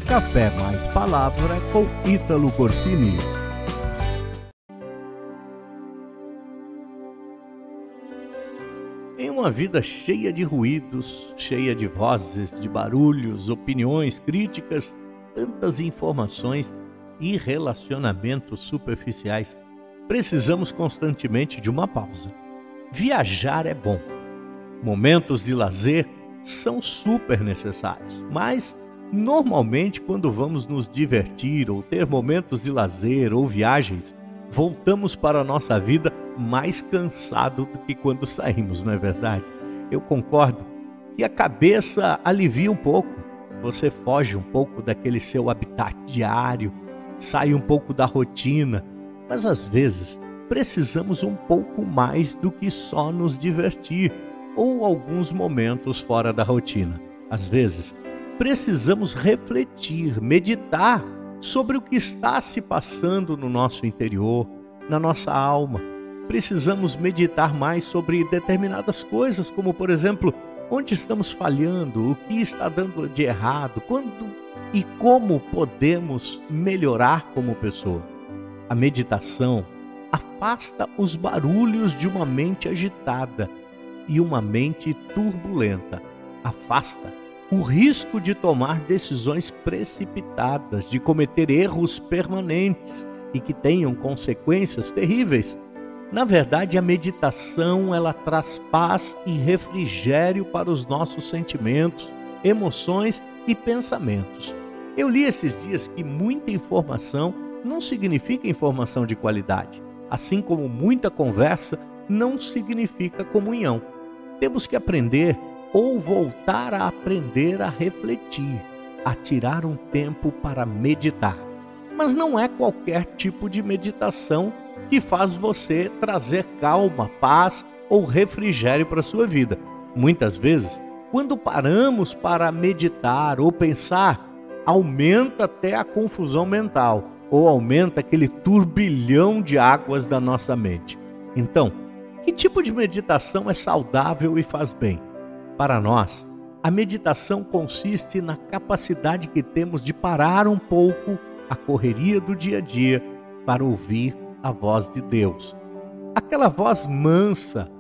Café mais Palavra com Ítalo Corsini. Em uma vida cheia de ruídos, cheia de vozes, de barulhos, opiniões, críticas, tantas informações e relacionamentos superficiais, precisamos constantemente de uma pausa. Viajar é bom. Momentos de lazer são super necessários, mas normalmente quando vamos nos divertir ou ter momentos de lazer ou viagens, voltamos para a nossa vida mais cansado do que quando saímos, não é verdade? Eu concordo que a cabeça alivia um pouco, você foge um pouco daquele seu habitat diário, sai um pouco da rotina, mas às vezes precisamos um pouco mais do que só nos divertir ou alguns momentos fora da rotina. Às vezes precisamos refletir, meditar sobre o que está se passando no nosso interior, na nossa alma. Precisamos meditar mais sobre determinadas coisas, como por exemplo, onde estamos falhando, o que está dando de errado, quando e como podemos melhorar como pessoa. A meditação afasta os barulhos de uma mente agitada e uma mente turbulenta. Afasta o risco de tomar decisões precipitadas, de cometer erros permanentes e que tenham consequências terríveis. Na verdade, a meditação, ela traz paz e refrigério para os nossos sentimentos, emoções e pensamentos. Eu li esses dias que muita informação não significa informação de qualidade, assim como muita conversa não significa comunhão. Temos que aprender ou voltar a aprender a refletir, a tirar um tempo para meditar. Mas não é qualquer tipo de meditação que faz você trazer calma, paz ou refrigério para a sua vida. Muitas vezes, quando paramos para meditar ou pensar, aumenta até a confusão mental ou aumenta aquele turbilhão de águas da nossa mente. Então, que tipo de meditação é saudável e faz bem? Para nós, a meditação consiste na capacidade que temos de parar um pouco a correria do dia a dia para ouvir a voz de Deus. Aquela voz mansa,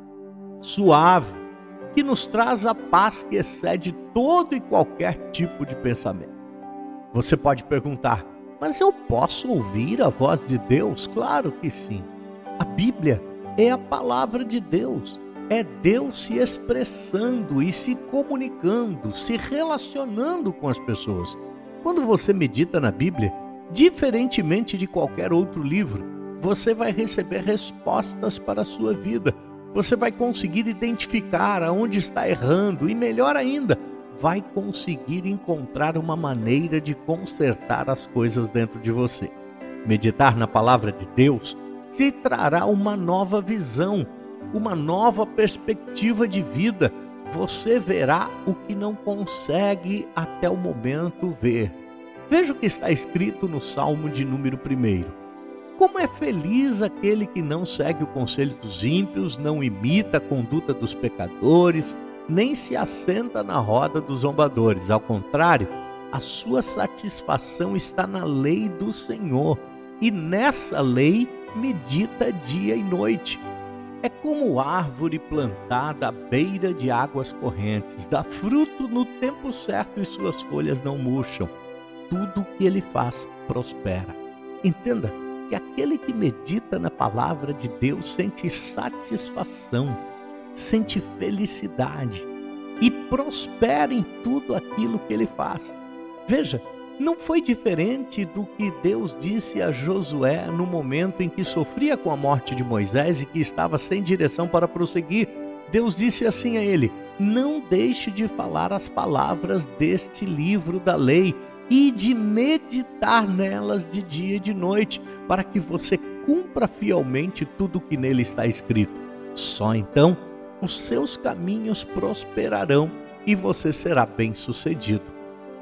suave, que nos traz a paz que excede todo e qualquer tipo de pensamento. Você pode perguntar, mas eu posso ouvir a voz de Deus? Claro que sim. A Bíblia é a palavra de Deus. É Deus se expressando e se comunicando, se relacionando com as pessoas. Quando você medita na Bíblia, diferentemente de qualquer outro livro, você vai receber respostas para a sua vida. Você vai conseguir identificar aonde está errando e, melhor ainda, vai conseguir encontrar uma maneira de consertar as coisas dentro de você. Meditar na palavra de Deus te trará uma nova visão, uma nova perspectiva de vida. Você verá o que não consegue até o momento ver. Veja o que está escrito no Salmo de número 1. Como é feliz aquele que não segue o conselho dos ímpios, não imita a conduta dos pecadores, nem se assenta na roda dos zombadores. Ao contrário, a sua satisfação está na lei do Senhor, e nessa lei medita dia e noite. É como árvore plantada à beira de águas correntes, dá fruto no tempo certo e suas folhas não murcham. Tudo o que ele faz prospera. Entenda que aquele que medita na palavra de Deus sente satisfação, sente felicidade e prospera em tudo aquilo que ele faz. Veja, não foi diferente do que Deus disse a Josué no momento em que sofria com a morte de Moisés e que estava sem direção para prosseguir. Deus disse assim a ele: não deixe de falar as palavras deste livro da lei e de meditar nelas de dia e de noite, para que você cumpra fielmente tudo o que nele está escrito. Só então os seus caminhos prosperarão e você será bem-sucedido.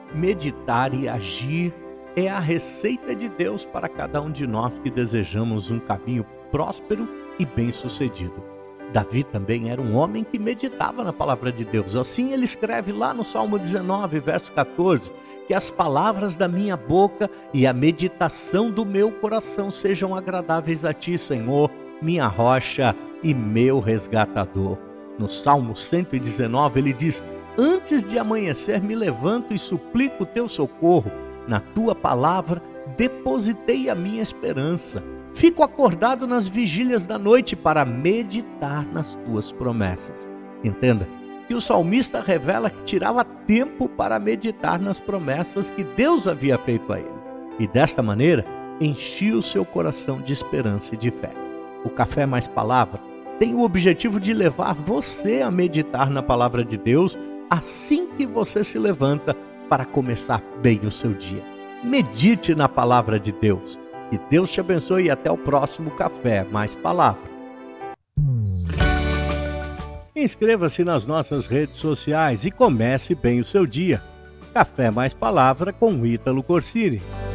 Meditar e agir é a receita de Deus para cada um de nós que desejamos um caminho próspero e bem-sucedido. Davi também era um homem que meditava na palavra de Deus. Assim ele escreve lá no Salmo 19, verso 14, que as palavras da minha boca e a meditação do meu coração sejam agradáveis a ti, Senhor, minha rocha e meu resgatador. No Salmo 119 ele diz: antes de amanhecer me levanto e suplico o teu socorro. Na tua palavra depositei a minha esperança. Fico acordado nas vigílias da noite para meditar nas tuas promessas. Entenda que o salmista revela que tirava tempo para meditar nas promessas que Deus havia feito a ele. E desta maneira, enchia o seu coração de esperança e de fé. O Café Mais Palavra tem o objetivo de levar você a meditar na palavra de Deus assim que você se levanta para começar bem o seu dia. Medite na palavra de Deus. Que Deus te abençoe e até o próximo Café Mais Palavra. Inscreva-se nas nossas redes sociais e comece bem o seu dia. Café Mais Palavra com Ítalo Corsini.